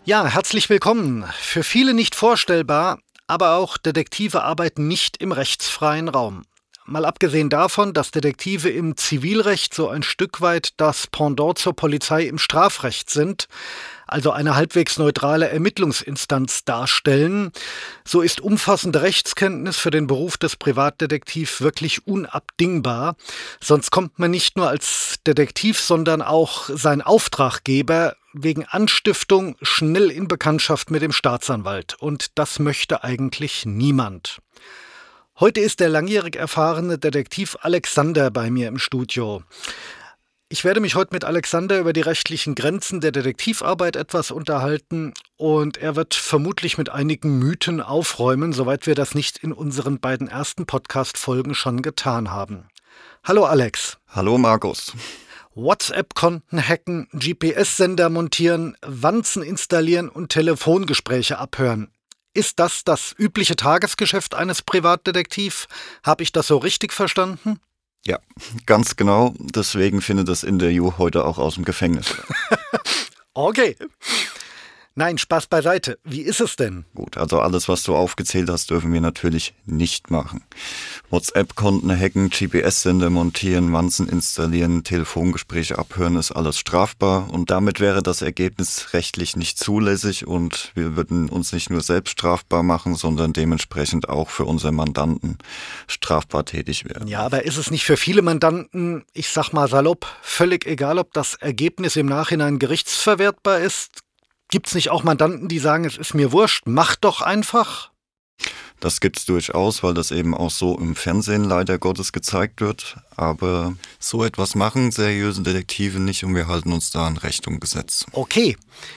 Ja, herzlich willkommen. Für viele nicht vorstellbar, aber auch Detektive arbeiten nicht im rechtsfreien Raum. Mal abgesehen davon, dass Detektive im Zivilrecht so ein Stück weit das Pendant zur Polizei im Strafrecht sind, also eine halbwegs neutrale Ermittlungsinstanz darstellen, so ist umfassende Rechtskenntnis für den Beruf des Privatdetektivs wirklich unabdingbar. Sonst kommt man nicht nur als Detektiv, sondern auch sein Auftraggeber wegen Anstiftung schnell in Bekanntschaft mit dem Staatsanwalt. Und das möchte eigentlich niemand. Heute ist der langjährig erfahrene Detektiv Alexander bei mir im Studio. Ich werde mich heute mit Alexander über die rechtlichen Grenzen der Detektivarbeit etwas unterhalten und er wird vermutlich mit einigen Mythen aufräumen, soweit wir das nicht in unseren beiden ersten Podcast-Folgen schon getan haben. Hallo Alex. Hallo Markus. WhatsApp-Konten hacken, GPS-Sender montieren, Wanzen installieren und Telefongespräche abhören. Ist das übliche Tagesgeschäft eines Privatdetektivs? Habe ich das so richtig verstanden? Ja, ganz genau. Deswegen findet das Interview heute auch aus dem Gefängnis. Okay. Nein, Spaß beiseite. Wie ist es denn? Gut, also alles, was du aufgezählt hast, dürfen wir natürlich nicht machen. WhatsApp-Konten hacken, GPS-Sender montieren, Wanzen installieren, Telefongespräche abhören, ist alles strafbar. Und damit wäre das Ergebnis rechtlich nicht zulässig und wir würden uns nicht nur selbst strafbar machen, sondern dementsprechend auch für unsere Mandanten strafbar tätig werden. Ja, aber ist es nicht für viele Mandanten, ich sag mal salopp, völlig egal, ob das Ergebnis im Nachhinein gerichtsverwertbar ist? Gibt's nicht auch Mandanten, die sagen, es ist mir wurscht, mach doch einfach? Das gibt's durchaus, weil das eben auch so im Fernsehen leider Gottes gezeigt wird. Aber so etwas machen seriöse Detektive nicht und wir halten uns da an Recht und Gesetz. Okay.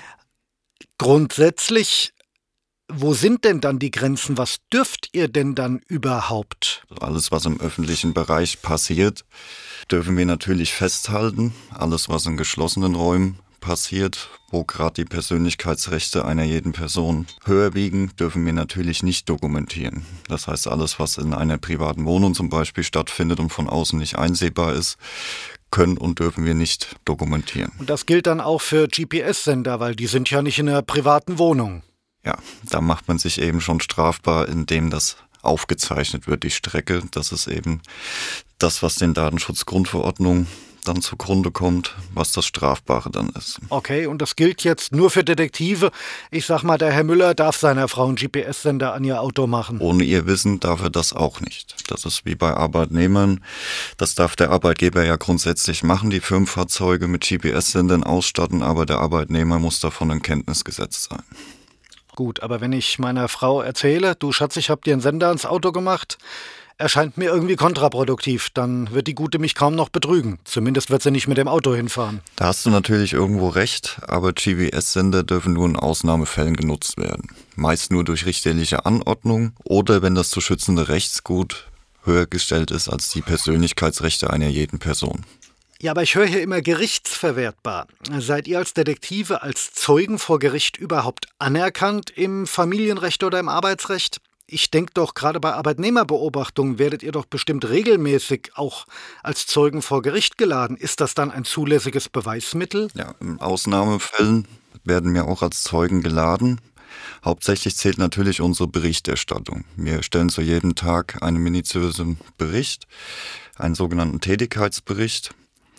Grundsätzlich, wo sind denn dann die Grenzen? Was dürft ihr denn dann überhaupt? Alles, was im öffentlichen Bereich passiert, dürfen wir natürlich festhalten. Alles, was in geschlossenen Räumen passiert, wo gerade die Persönlichkeitsrechte einer jeden Person höher wiegen, dürfen wir natürlich nicht dokumentieren. Das heißt, alles, was in einer privaten Wohnung zum Beispiel stattfindet und von außen nicht einsehbar ist, können und dürfen wir nicht dokumentieren. Und das gilt dann auch für GPS-Sender, weil die sind ja nicht in einer privaten Wohnung. Ja, da macht man sich eben schon strafbar, indem das aufgezeichnet wird, die Strecke. Das ist eben das, was den Datenschutzgrundverordnungen dann zugrunde kommt, was das Strafbare dann ist. Okay, und das gilt jetzt nur für Detektive. Ich sag mal, der Herr Müller darf seiner Frau einen GPS-Sender an ihr Auto machen. Ohne ihr Wissen darf er das auch nicht. Das ist wie bei Arbeitnehmern. Das darf der Arbeitgeber ja grundsätzlich machen, die Firmenfahrzeuge mit GPS-Sendern ausstatten, aber der Arbeitnehmer muss davon in Kenntnis gesetzt sein. Gut, aber wenn ich meiner Frau erzähle, du Schatz, ich hab dir einen Sender ans Auto gemacht, erscheint mir irgendwie kontraproduktiv. Dann wird die Gute mich kaum noch betrügen. Zumindest wird sie nicht mit dem Auto hinfahren. Da hast du natürlich irgendwo recht, aber GPS-Sender dürfen nur in Ausnahmefällen genutzt werden. Meist nur durch richterliche Anordnung oder wenn das zu schützende Rechtsgut höher gestellt ist als die Persönlichkeitsrechte einer jeden Person. Ja, aber ich höre hier immer gerichtsverwertbar. Seid ihr als Detektive, als Zeugen vor Gericht überhaupt anerkannt im Familienrecht oder im Arbeitsrecht? Ich denke doch, gerade bei Arbeitnehmerbeobachtungen werdet ihr doch bestimmt regelmäßig auch als Zeugen vor Gericht geladen. Ist das dann ein zulässiges Beweismittel? Ja, in Ausnahmefällen werden wir auch als Zeugen geladen. Hauptsächlich zählt natürlich unsere Berichterstattung. Wir stellen zu jedem Tag einen minutiösen Bericht, einen sogenannten Tätigkeitsbericht.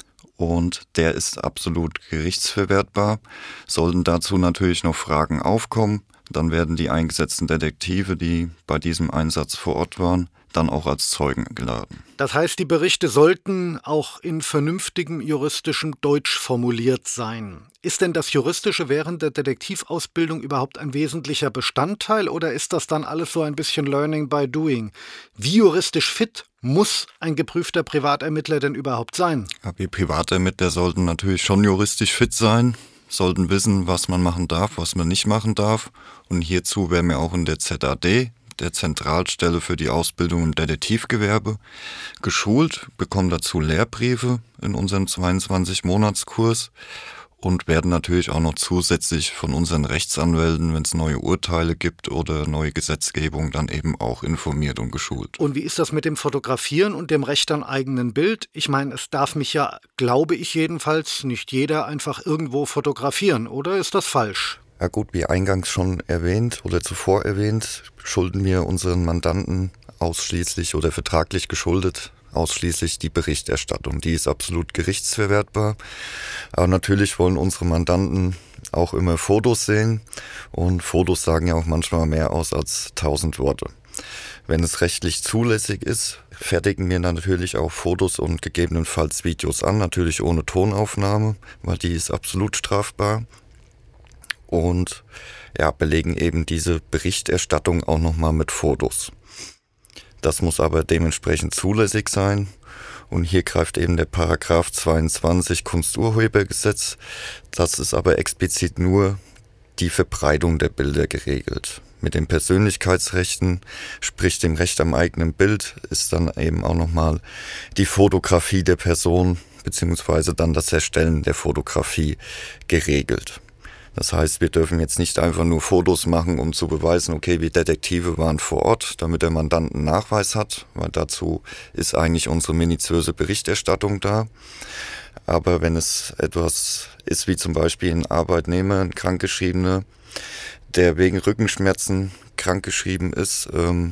Und der ist absolut gerichtsverwertbar. Sollten dazu natürlich noch Fragen aufkommen, dann werden die eingesetzten Detektive, die bei diesem Einsatz vor Ort waren, dann auch als Zeugen geladen. Das heißt, die Berichte sollten auch in vernünftigem juristischem Deutsch formuliert sein. Ist denn das Juristische während der Detektivausbildung überhaupt ein wesentlicher Bestandteil oder ist das dann alles so ein bisschen Learning by Doing? Wie juristisch fit muss ein geprüfter Privatermittler denn überhaupt sein? Ja, wir Privatermittler sollten natürlich schon juristisch fit sein, sollten wissen, was man machen darf, was man nicht machen darf. Und hierzu werden wir auch in der ZAD, der Zentralstelle für die Ausbildung im Detektivgewerbe, geschult, bekommen dazu Lehrbriefe in unserem 22-Monatskurs und werden natürlich auch noch zusätzlich von unseren Rechtsanwälten, wenn es neue Urteile gibt oder neue Gesetzgebung, dann eben auch informiert und geschult. Und wie ist das mit dem Fotografieren und dem Recht am eigenen Bild? Ich meine, es darf mich ja, glaube ich jedenfalls, nicht jeder einfach irgendwo fotografieren, oder ist das falsch? Ja gut, wie eingangs schon erwähnt oder zuvor erwähnt, schulden wir unseren Mandanten ausschließlich oder vertraglich geschuldet ausschließlich die Berichterstattung. Die ist absolut gerichtsverwertbar. Aber natürlich wollen unsere Mandanten auch immer Fotos sehen und Fotos sagen ja auch manchmal mehr aus als 1000 Worte. Wenn es rechtlich zulässig ist, fertigen wir natürlich auch Fotos und gegebenenfalls Videos an, natürlich ohne Tonaufnahme, weil die ist absolut strafbar. Und ja, belegen eben diese Berichterstattung auch nochmal mit Fotos. Das muss aber dementsprechend zulässig sein. Und hier greift eben der Paragraph 22 Kunsturhebergesetz. Das ist aber explizit nur die Verbreitung der Bilder geregelt. Mit den Persönlichkeitsrechten, sprich dem Recht am eigenen Bild, ist dann eben auch nochmal die Fotografie der Person beziehungsweise dann das Erstellen der Fotografie geregelt. Das heißt, wir dürfen jetzt nicht einfach nur Fotos machen, um zu beweisen, okay, wir Detektive waren vor Ort, damit der Mandant einen Nachweis hat, weil dazu ist eigentlich unsere minutiöse Berichterstattung da. Aber wenn es etwas ist, wie zum Beispiel ein Arbeitnehmer, ein Krankgeschriebener, der wegen Rückenschmerzen krankgeschrieben ist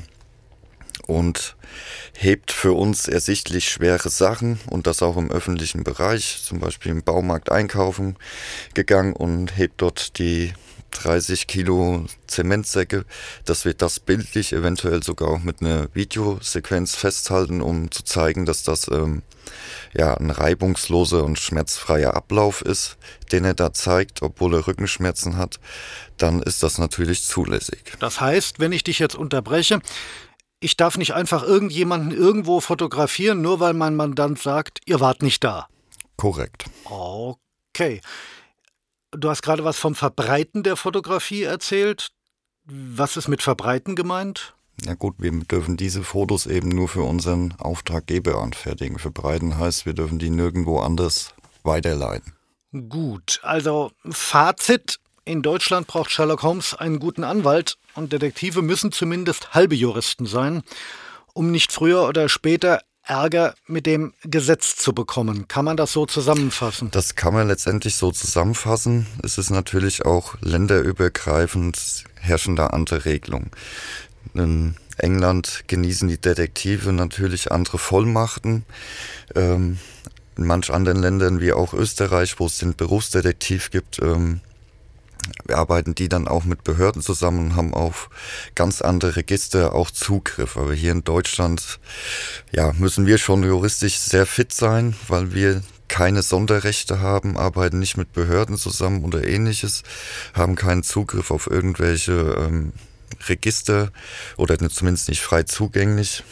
und hebt für uns ersichtlich schwere Sachen und das auch im öffentlichen Bereich, zum Beispiel im Baumarkt einkaufen gegangen und hebt dort die 30 Kilo Zementsäcke, dass wir das bildlich eventuell sogar auch mit einer Videosequenz festhalten, um zu zeigen, dass das ein reibungsloser und schmerzfreier Ablauf ist, den er da zeigt, obwohl er Rückenschmerzen hat, dann ist das natürlich zulässig. Das heißt, wenn ich dich jetzt unterbreche, ich darf nicht einfach irgendjemanden irgendwo fotografieren, nur weil mein Mandant sagt, ihr wart nicht da. Korrekt. Okay. Du hast gerade was vom Verbreiten der Fotografie erzählt. Was ist mit Verbreiten gemeint? Ja gut, wir dürfen diese Fotos eben nur für unseren Auftraggeber anfertigen. Verbreiten heißt, wir dürfen die nirgendwo anders weiterleiten. Gut, also Fazit. In Deutschland braucht Sherlock Holmes einen guten Anwalt und Detektive müssen zumindest halbe Juristen sein, um nicht früher oder später Ärger mit dem Gesetz zu bekommen. Kann man das so zusammenfassen? Das kann man letztendlich so zusammenfassen. Es ist natürlich auch länderübergreifend herrschende andere Regelungen. In England genießen die Detektive natürlich andere Vollmachten. In manch anderen Ländern wie auch Österreich, wo es den Berufsdetektiv gibt, arbeiten die dann auch mit Behörden zusammen und haben auf ganz andere Register auch Zugriff. Aber hier in Deutschland müssen wir schon juristisch sehr fit sein, weil wir keine Sonderrechte haben, arbeiten nicht mit Behörden zusammen oder ähnliches, haben keinen Zugriff auf irgendwelche Register oder zumindest nicht frei zugänglich.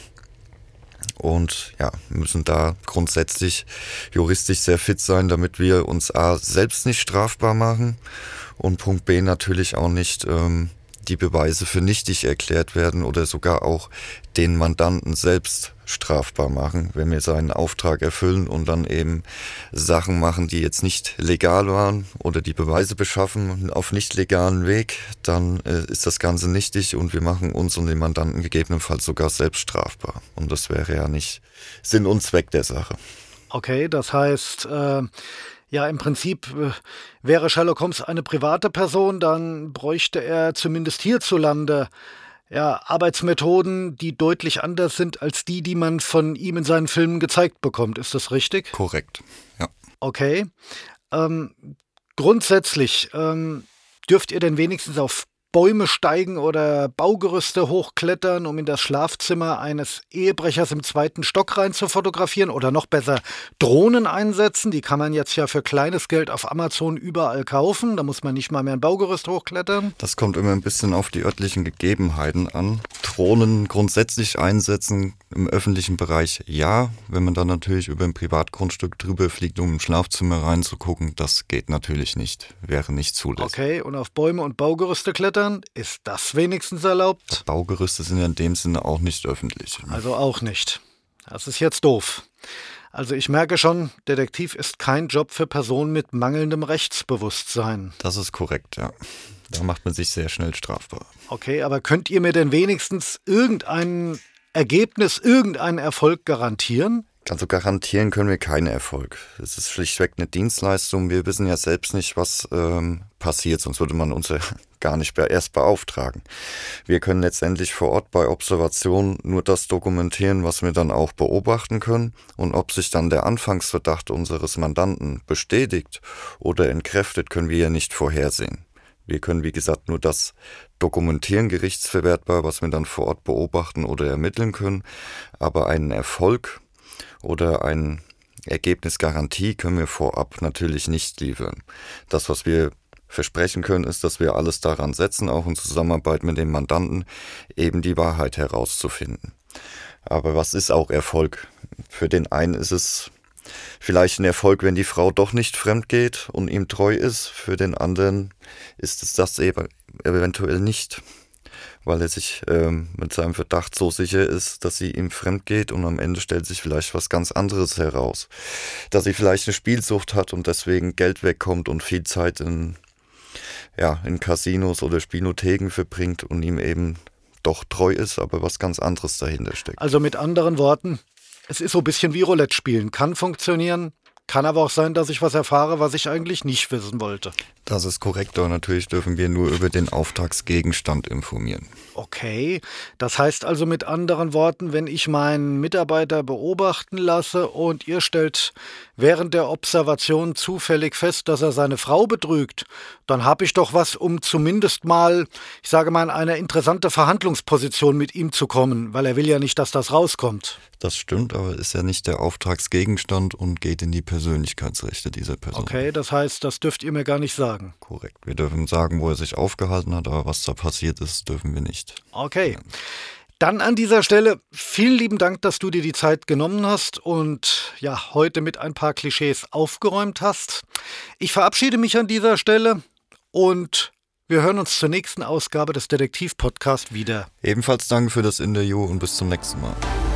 Und müssen da grundsätzlich juristisch sehr fit sein, damit wir uns A selbst nicht strafbar machen und Punkt B natürlich auch nicht die Beweise für nichtig erklärt werden oder sogar auch den Mandanten selbst strafbar machen, wenn wir seinen Auftrag erfüllen und dann eben Sachen machen, die jetzt nicht legal waren oder die Beweise beschaffen auf nicht legalen Weg, dann ist das Ganze nichtig und wir machen uns und den Mandanten gegebenenfalls sogar selbst strafbar. Und das wäre ja nicht Sinn und Zweck der Sache. Okay, das heißt, im Prinzip wäre Sherlock Holmes eine private Person, dann bräuchte er zumindest hierzulande Arbeitsmethoden, die deutlich anders sind als die man von ihm in seinen Filmen gezeigt bekommt. Ist das richtig? Korrekt, ja. Okay. Grundsätzlich dürft ihr denn wenigstens auf Bäume steigen oder Baugerüste hochklettern, um in das Schlafzimmer eines Ehebrechers im 2. Stock rein zu fotografieren oder noch besser Drohnen einsetzen. Die kann man jetzt ja für kleines Geld auf Amazon überall kaufen. Da muss man nicht mal mehr ein Baugerüst hochklettern. Das kommt immer ein bisschen auf die örtlichen Gegebenheiten an. Drohnen grundsätzlich einsetzen im öffentlichen Bereich ja. Wenn man dann natürlich über ein Privatgrundstück drüber fliegt, um im Schlafzimmer reinzugucken, das geht natürlich nicht. Wäre nicht zulässig. Okay, und auf Bäume und Baugerüste klettern? Ist das wenigstens erlaubt? Baugerüste sind ja in dem Sinne auch nicht öffentlich. Also auch nicht. Das ist jetzt doof. Also ich merke schon, Detektiv ist kein Job für Personen mit mangelndem Rechtsbewusstsein. Das ist korrekt, ja. Da macht man sich sehr schnell strafbar. Okay, aber könnt ihr mir denn wenigstens irgendein Ergebnis, irgendeinen Erfolg garantieren? Also garantieren können wir keinen Erfolg. Es ist schlichtweg eine Dienstleistung. Wir wissen ja selbst nicht, was passiert, sonst würde man uns ja gar nicht erst beauftragen. Wir können letztendlich vor Ort bei Observation nur das dokumentieren, was wir dann auch beobachten können. Und ob sich dann der Anfangsverdacht unseres Mandanten bestätigt oder entkräftet, können wir ja nicht vorhersehen. Wir können, wie gesagt, nur das dokumentieren, gerichtsverwertbar, was wir dann vor Ort beobachten oder ermitteln können. Aber einen Erfolg oder eine Ergebnisgarantie können wir vorab natürlich nicht liefern. Das, was wir versprechen können, ist, dass wir alles daran setzen, auch in Zusammenarbeit mit dem Mandanten, eben die Wahrheit herauszufinden. Aber was ist auch Erfolg? Für den einen ist es vielleicht ein Erfolg, wenn die Frau doch nicht fremd geht und ihm treu ist. Für den anderen ist es das eben eventuell nicht, weil er sich mit seinem Verdacht so sicher ist, dass sie ihm fremd geht und am Ende stellt sich vielleicht was ganz anderes heraus. Dass sie vielleicht eine Spielsucht hat und deswegen Geld wegkommt und viel Zeit in Casinos oder Spielotheken verbringt und ihm eben doch treu ist, aber was ganz anderes dahinter steckt. Also mit anderen Worten, es ist so ein bisschen wie Roulette spielen. Kann funktionieren, kann aber auch sein, dass ich was erfahre, was ich eigentlich nicht wissen wollte. Das ist korrekt, aber natürlich dürfen wir nur über den Auftragsgegenstand informieren. Okay, das heißt also mit anderen Worten, wenn ich meinen Mitarbeiter beobachten lasse und ihr stellt während der Observation zufällig fest, dass er seine Frau betrügt, dann habe ich doch was, um zumindest mal, ich sage mal, in eine interessante Verhandlungsposition mit ihm zu kommen, weil er will ja nicht, dass das rauskommt. Das stimmt, aber ist ja nicht der Auftragsgegenstand und geht in die Persönlichkeitsrechte dieser Person. Okay, das heißt, das dürft ihr mir gar nicht sagen. Korrekt. Wir dürfen sagen, wo er sich aufgehalten hat, aber was da passiert ist, dürfen wir nicht. Okay. Dann an dieser Stelle vielen lieben Dank, dass du dir die Zeit genommen hast und ja, heute mit ein paar Klischees aufgeräumt hast. Ich verabschiede mich an dieser Stelle und wir hören uns zur nächsten Ausgabe des Detektiv-Podcasts wieder. Ebenfalls danke für das Interview und bis zum nächsten Mal.